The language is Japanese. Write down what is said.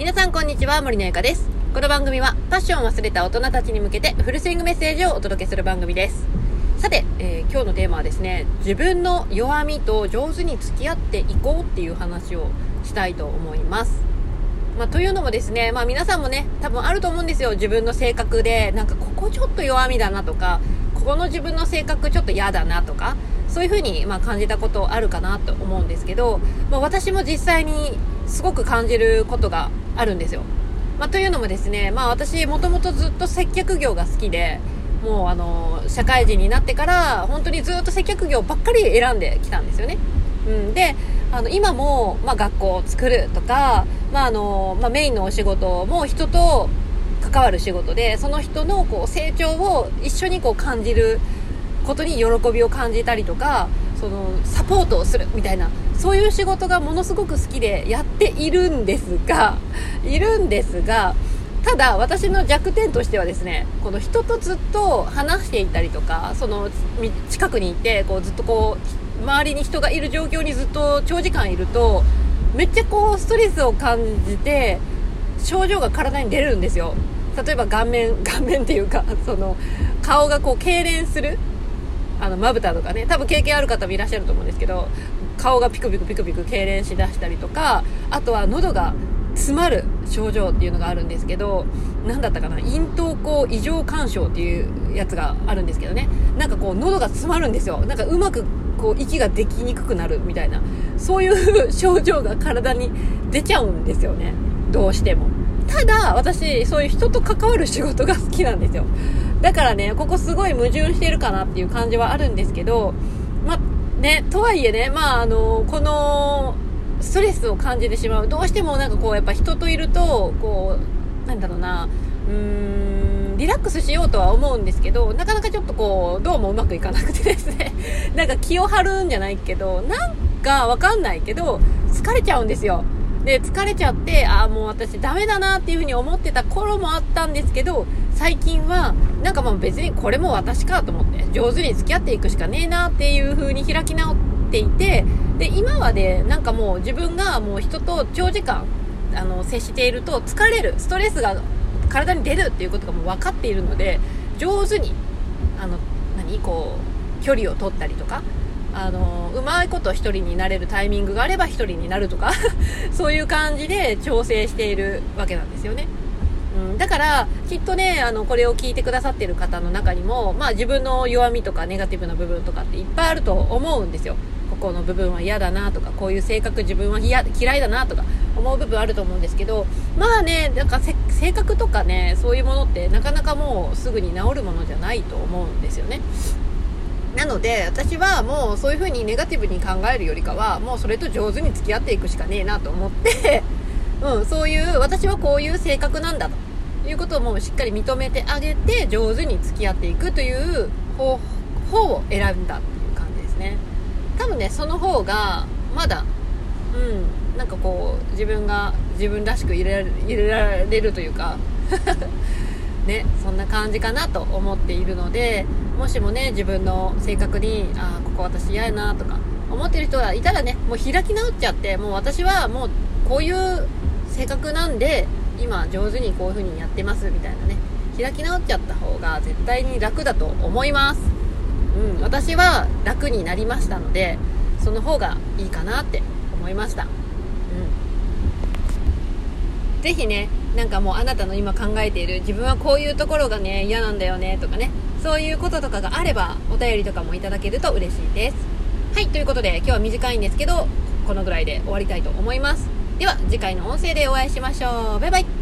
皆さんこんにちは、森のゆかです。この番組はパッションを忘れた大人たちに向けてフルスイングメッセージをお届けする番組です。さて、今日のテーマはですね、自分の弱みと上手に付き合っていこうっていう話をしたいと思います。というのもですね、皆さんもね多分あると思うんですよ。自分の性格でなんかここちょっと弱みだなとか、ここの自分の性格ちょっと嫌だなとか、そういう風に感じたことあるかなと思うんですけど、私も実際にすごく感じることがあるんですよ。というのもですね、私もともとずっと接客業が好きで、もう社会人になってから本当にずっと接客業ばっかり選んできたんですよね。で今も、学校を作るとか、メインのお仕事も人と関わる仕事で、その人の成長を一緒に感じることに喜びを感じたりとか、そのサポートをするみたいな、そういう仕事がものすごく好きでやっているんですが、ただ私の弱点としてはですね、この人とずっと話していたりとか、その近くにいてずっと周りに人がいる状況にずっと長時間いると、めっちゃストレスを感じて症状が体に出るんですよ。例えば顔面っていうか、その顔が痙攣する、まぶたとかね、多分経験ある方もいらっしゃると思うんですけど、顔がピクピク痙攣しだしたりとか、あとは喉が詰まる症状っていうのがあるんですけど、なんだったかな、咽頭孔異常干渉っていうやつがあるんですけどね、なんか喉が詰まるんですよ。なんかうまく息ができにくくなるみたいな、そういう症状が体に出ちゃうんですよね、どうしても。ただ私そういう人と関わる仕事が好きなんですよ。だからね、ここすごい矛盾してるかなっていう感じはあるんですけど、とはいえね、このストレスを感じてしまう、どうしてもやっぱ人といるとリラックスしようとは思うんですけど、なかなかちょっとどうもうまくいかなくてですねなんか気を張るんじゃないけど、なんかわかんないけど疲れちゃうんですよ。で疲れちゃって、もう私ダメだなっていう風に思ってた頃もあったんですけど、最近は別にこれも私かと思って、上手に付き合っていくしかねえなっていう風に開き直っていて、で今はね、もう自分がもう人と長時間接していると疲れる、ストレスが体に出るっていうことがもう分かっているので、上手に距離を取ったりとか、うまいこと一人になれるタイミングがあれば一人になるとかそういう感じで調整しているわけなんですよね。だからきっとね、これを聞いてくださっている方の中にも、自分の弱みとかネガティブな部分とかっていっぱいあると思うんですよ。ここの部分は嫌だなとか、こういう性格自分は嫌いだなとか思う部分あると思うんですけど、性格とかね、そういうものってなかなかもうすぐに治るものじゃないと思うんですよね。なので私はもうそういう風にネガティブに考えるよりかは、もうそれと上手に付き合っていくしかねえなと思ってそういう私はこういう性格なんだということをもうしっかり認めてあげて、上手に付き合っていくという方を選んだっていう感じですね。多分ね、その方がまだ自分が自分らしく入れられるというかね、そんな感じかなと思っているので、もしもね自分の性格にここ私嫌やなとか思ってる人がいたらね、もう開き直っちゃって、もう私はもうこういう性格なんで今上手にこういう風にやってますみたいなね、開き直っちゃった方が絶対に楽だと思います。私は楽になりましたので、その方がいいかなって思いました。ぜひね、もうあなたの今考えている自分はこういうところがね嫌なんだよねとかね、そういうこととかがあればお便りとかもいただけると嬉しいです。はい、ということで今日は短いんですけど、このぐらいで終わりたいと思います。では次回の音声でお会いしましょう。バイバイ。